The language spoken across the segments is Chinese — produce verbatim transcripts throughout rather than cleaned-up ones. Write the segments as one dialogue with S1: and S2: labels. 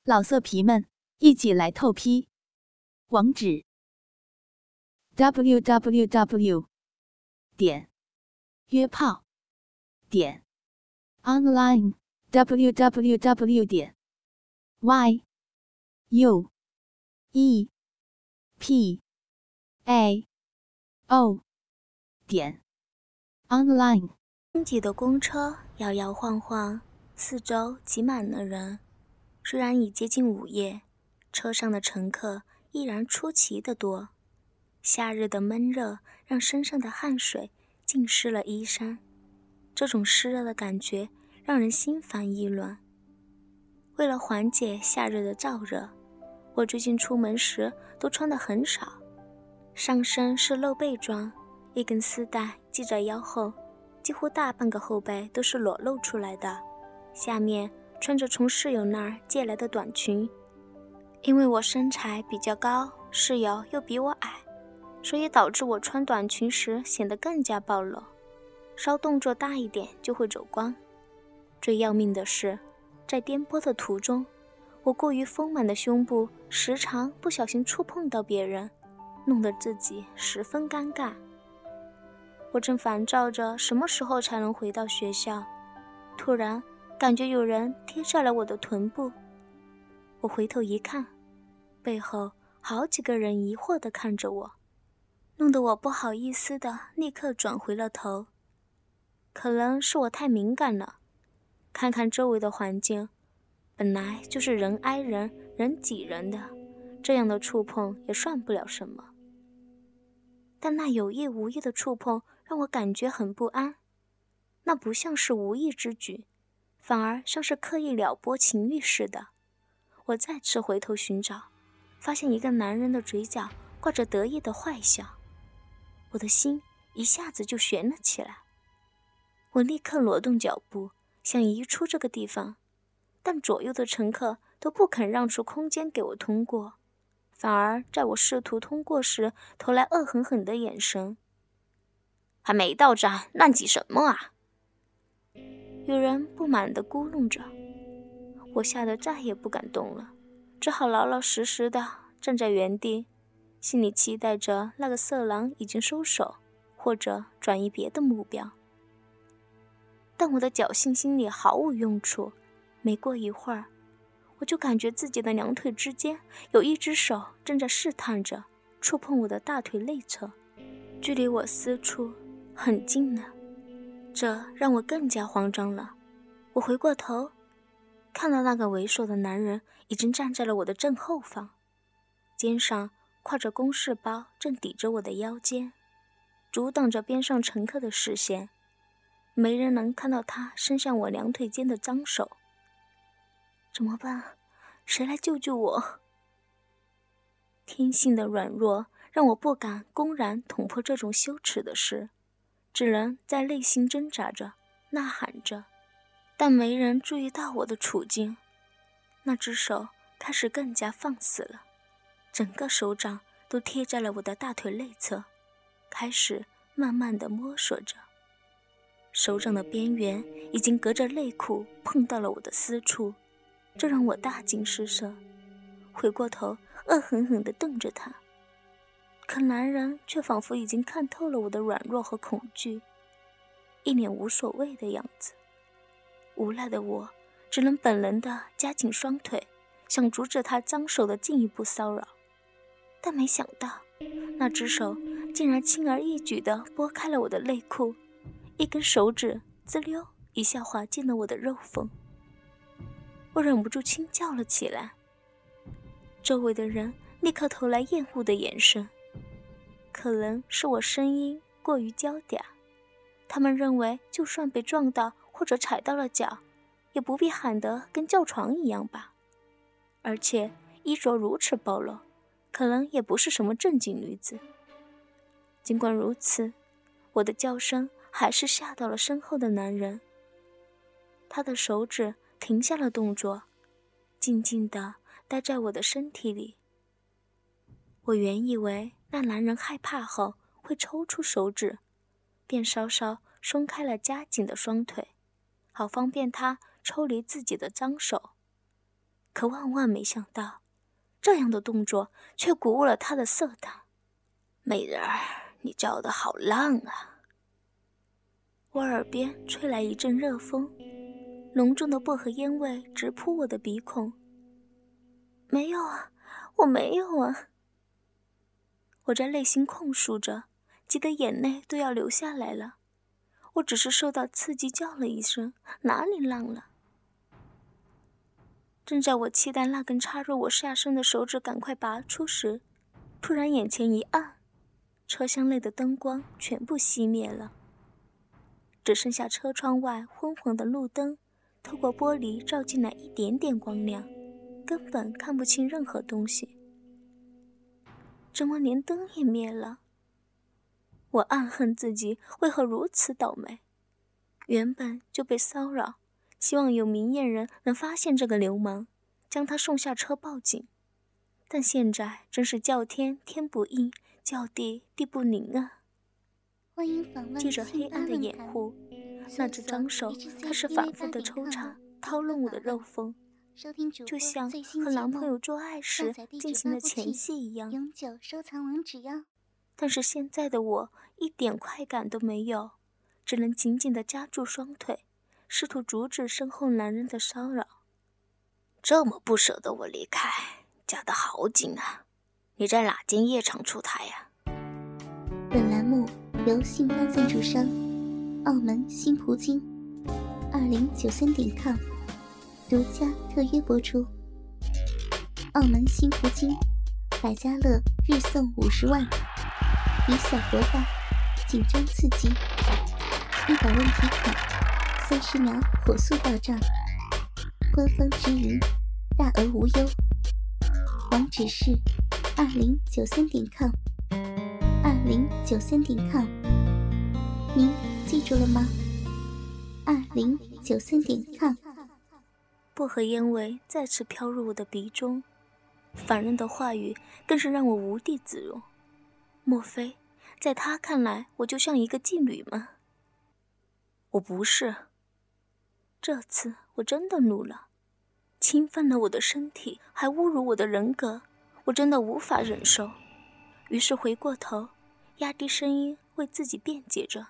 S1: 老色皮们，一起来透批！网址 ：double u double u double u 点约炮点 online w w w 点 y u e p a o 点 online。
S2: 拥挤的公车摇摇晃晃，四周挤满了人。虽然已接近午夜，车上的乘客依然出奇的多。夏日的闷热让身上的汗水浸湿了衣衫，这种湿热的感觉让人心烦意乱。为了缓解夏日的燥热，我最近出门时都穿得很少，上身是露背装，一根丝带系在腰后，几乎大半个后背都是裸露出来的，下面穿着从室友那儿借来的短裙。因为我身材比较高，室友又比我矮，所以导致我穿短裙时显得更加暴露，稍动作大一点就会走光。最要命的是，在颠簸的途中，我过于丰满的胸部时常不小心触碰到别人，弄得自己十分尴尬。我正烦躁着什么时候才能回到学校，突然感觉有人贴在了我的臀部。我回头一看，背后好几个人疑惑地看着我，弄得我不好意思地立刻转回了头。可能是我太敏感了，看看周围的环境，本来就是人挨人人挤人的，这样的触碰也算不了什么。但那有意无意的触碰让我感觉很不安，那不像是无意之举，反而像是刻意撩拨情欲似的。我再次回头寻找，发现一个男人的嘴角挂着得意的坏笑，我的心一下子就悬了起来。我立刻挪动脚步，想移出这个地方，但左右的乘客都不肯让出空间给我通过，反而在我试图通过时投来恶狠狠的眼神。还没到站，乱挤什么啊？有人不满地咕哝着。我吓得再也不敢动了，只好老老实实地站在原地，心里期待着那个色狼已经收手，或者转移别的目标。但我的侥幸心理毫无用处，没过一会儿，我就感觉自己的两腿之间有一只手正在试探着触碰我的大腿内侧，距离我私处很近了，这让我更加慌张了。我回过头，看到那个猥琐的男人已经站在了我的正后方，肩上挎着公事包，正抵着我的腰间，阻挡着边上乘客的视线，没人能看到他伸向我两腿间的脏手。怎么办？谁来救救我？天性的软弱让我不敢公然捅破这种羞耻的事，只能在内心挣扎着，呐喊着，但没人注意到我的处境。那只手开始更加放肆了，整个手掌都贴在了我的大腿内侧，开始慢慢地摸索着。手掌的边缘已经隔着内裤碰到了我的私处，这让我大惊失色，回过头恶狠狠地瞪着他。可男人却仿佛已经看透了我的软弱和恐惧，一脸无所谓的样子。无奈的我只能本能地夹紧双腿，想阻止他脏手的进一步骚扰，但没想到那只手竟然轻而易举地拨开了我的内裤，一根手指滋溜一下滑进了我的肉缝。我忍不住轻叫了起来，周围的人立刻投来厌恶的眼神，可能是我声音过于娇嗲，他们认为就算被撞到或者踩到了脚，也不必喊得跟叫床一样吧。而且衣着如此暴露，可能也不是什么正经女子。尽管如此，我的叫声还是吓到了身后的男人。他的手指停下了动作，静静地待在我的身体里。我原以为那男人害怕后会抽出手指，便稍稍松开了夹紧的双腿，好方便他抽离自己的脏手。 可万万没想到，这样的动作却鼓舞了他的色胆。美人儿，你叫得好浪啊！我耳边吹来一阵热风，浓重的薄荷烟味直扑我的鼻孔。没有啊，我没有啊！我在内心控诉着，急得眼泪都要流下来了。我只是受到刺激叫了一声，哪里浪了？正在我期待那根插入我下身的手指赶快拔出时，突然眼前一暗，车厢内的灯光全部熄灭了，只剩下车窗外昏黄的路灯透过玻璃照进来一点点光亮，根本看不清任何东西。怎么连灯也灭了？我暗恨自己为何如此倒霉。原本就被骚扰，希望有明眼人能发现这个流氓，将他送下车报警。但现在真是叫天天不应，叫地地不灵啊！
S3: 欢迎访问
S2: 借着黑暗的掩护，那只脏手开始反复的抽插掏弄我的肉缝，就像和男朋友做爱时进行的前戏一样。
S3: 永久收藏网址哟。
S2: 但是现在的我一点快感都没有，只能紧紧地夹住双腿，试图阻止身后男人的骚扰。这么不舍得我离开，夹得好紧啊！你在哪间夜场出台呀？
S3: 本栏目由信发赞助商澳门新葡京二零九三点 com 独家特约播出。澳门新葡京百家乐日送五十万，以小博大，紧张刺激，一百万提款，三十秒火速到账，官方直营，大额无忧。网址是二零九三点 com， 二零九三点 com， 您记住了吗？二零九三点 com。
S2: 薄荷烟味再次飘入我的鼻中，烦人的话语更是让我无地自容。莫非在他看来我就像一个妓女吗？我不是。这次我真的怒了，侵犯了我的身体，还侮辱我的人格，我真的无法忍受。于是回过头，压低声音为自己辩解着。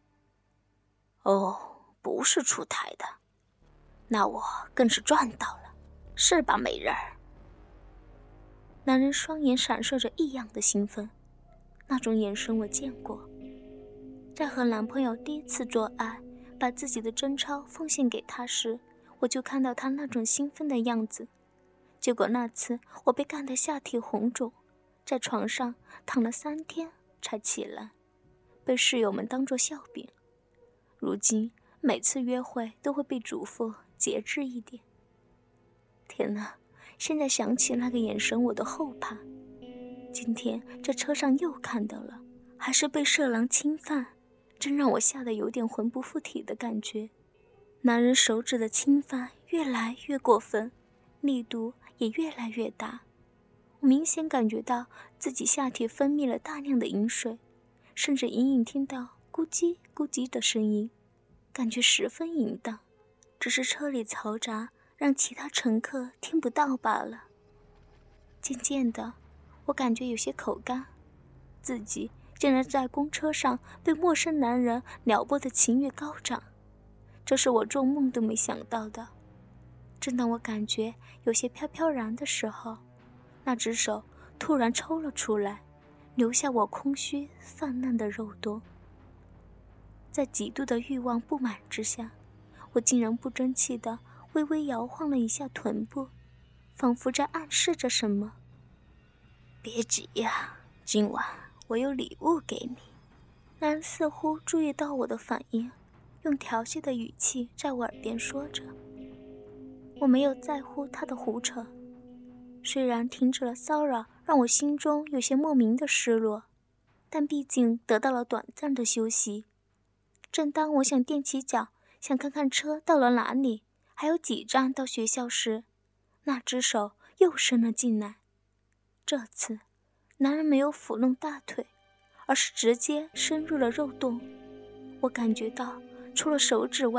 S2: 哦，不是出台的，那我更是赚到了，是吧，美人儿？男人双眼闪烁着异样的兴奋，那种眼神我见过。在和男朋友第一次做爱，把自己的贞操奉献给他时，我就看到他那种兴奋的样子。结果那次我被干得下体红肿，在床上躺了三天才起来，被室友们当作笑柄。如今每次约会都会被嘱咐节制一点。天哪，现在想起那个眼神我都后怕。今天在车上又看到了，还是被色狼侵犯，真让我吓得有点魂不附体的感觉。男人手指的侵犯越来越过分，力度也越来越大。我明显感觉到自己下体分泌了大量的饮水，甚至隐隐听到咕叽咕叽的声音，感觉十分淫荡，只是车里嘈杂，让其他乘客听不到罢了。渐渐的，我感觉有些口干，自己竟然在公车上被陌生男人撩拨的情欲高涨，这是我做梦都没想到的。正当我感觉有些飘飘然的时候，那只手突然抽了出来，留下我空虚泛滥的肉洞。在极度的欲望不满之下，我竟然不争气地微微摇晃了一下臀部，仿佛在暗示着什么。别急呀，今晚我有礼物给你。男人似乎注意到我的反应，用调戏的语气在我耳边说着。我没有在乎他的胡扯，虽然停止了骚扰让我心中有些莫名的失落，但毕竟得到了短暂的休息。正当我想踮起脚想看看车到了哪里，还有几站到学校时，那只手又伸了进来。这次男人没有抚弄大腿，而是直接深入了肉洞。我感觉到除了手指外，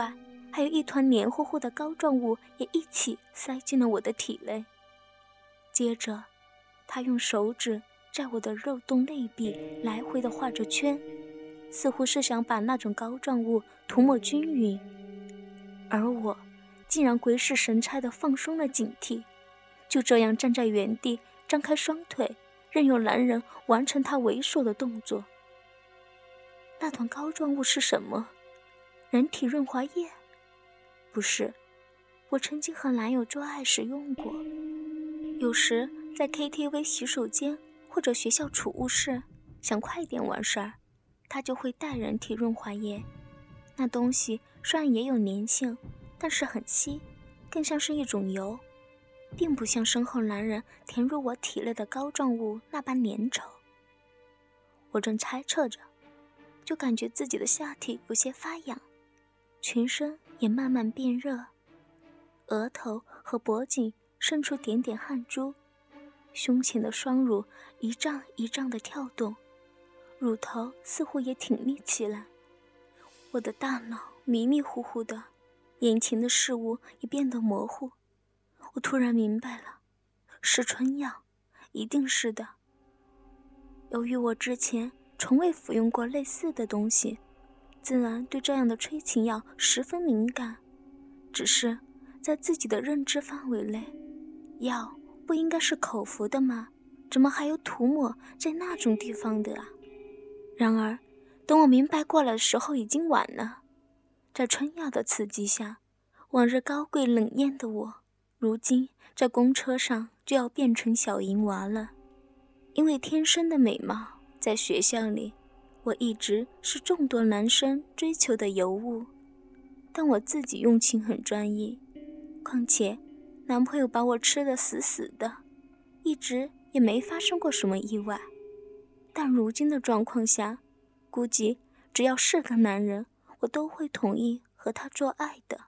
S2: 还有一团黏糊糊的膏状物也一起塞进了我的体内。接着，他用手指在我的肉洞内壁来回地画着圈，似乎是想把那种膏状物涂抹均匀。而我竟然鬼使神差地放松了警惕，就这样站在原地，张开双腿，任由男人完成他猥琐的动作。那团膏状物是什么？人体润滑液？不是，我曾经和男友做爱时用过。有时在 K T V 洗手间或者学校储物室，想快点完事儿，他就会带人体润滑液。那东西虽然也有粘性，但是很稀，更像是一种油，并不像身后男人填入我体内的膏状物那般粘稠。我正猜测着，就感觉自己的下体有些发痒，全身也慢慢变热，额头和脖颈渗出点点汗珠，胸前的双乳一胀一胀地跳动，乳头似乎也挺立起来。我的大脑迷迷糊糊的，眼前的事物也变得模糊。我突然明白了，是春药，一定是的。由于我之前从未服用过类似的东西，自然对这样的催情药十分敏感。只是在自己的认知范围内，药不应该是口服的吗？怎么还有涂抹在那种地方的啊？然而等我明白过来的时候已经晚了。在春药的刺激下，往日高贵冷艳的我，如今在公车上就要变成小淫娃了。因为天生的美貌，在学校里我一直是众多男生追求的尤物，但我自己用情很专一，况且男朋友把我吃得死死的，一直也没发生过什么意外。但如今的状况下，估计只要是个男人，我都会同意和他做爱的。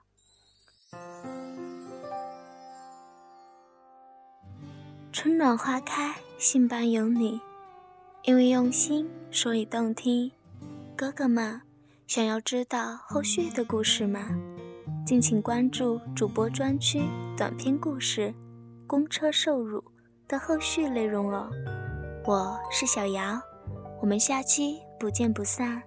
S2: 春暖花开，信般有你，因为用心，所以动听。哥哥们，想要知道后续的故事吗？敬请关注主播专区短篇故事《公车受辱》的后续内容哦。我是小瑶，我们下期不见不散。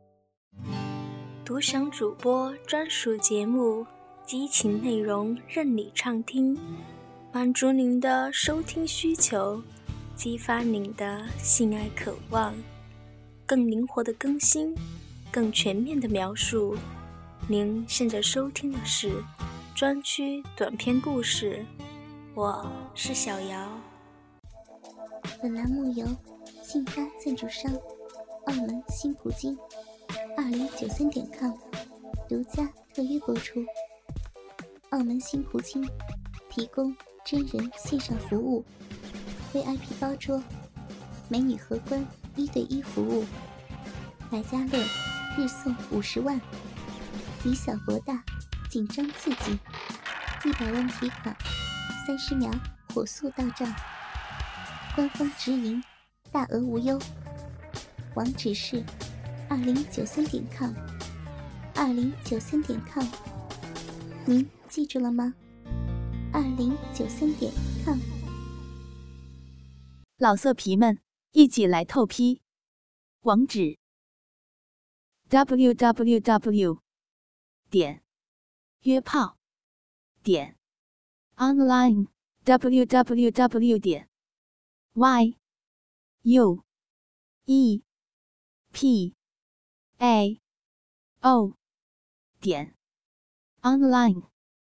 S2: 独享主播专属节目，激情内容任你畅听，满足您的收听需求，激发您的性爱渴望，更灵活的更新，更全面的描述。您现在收听的是专区短篇故事，我是小瑶。
S3: 本栏目由信发赞助商澳门新葡京二零九三点 com 独家特约播出。澳门新葡京提供真人线上服务， V I P 包桌，美女荷官一对一服务，百家乐日送五十万，以小博大，紧张刺激，一百万提款，三十秒火速到账，官方直营，大额无忧。网址是二零九三点 com， 二零九三点 com， 您记住了吗？二零九三点 com。
S1: 老色皮们，一起来透批！网址 ：double-u double-u double-u 点约炮点 online double-u double-u double-u 点 y u e p a o 点 online。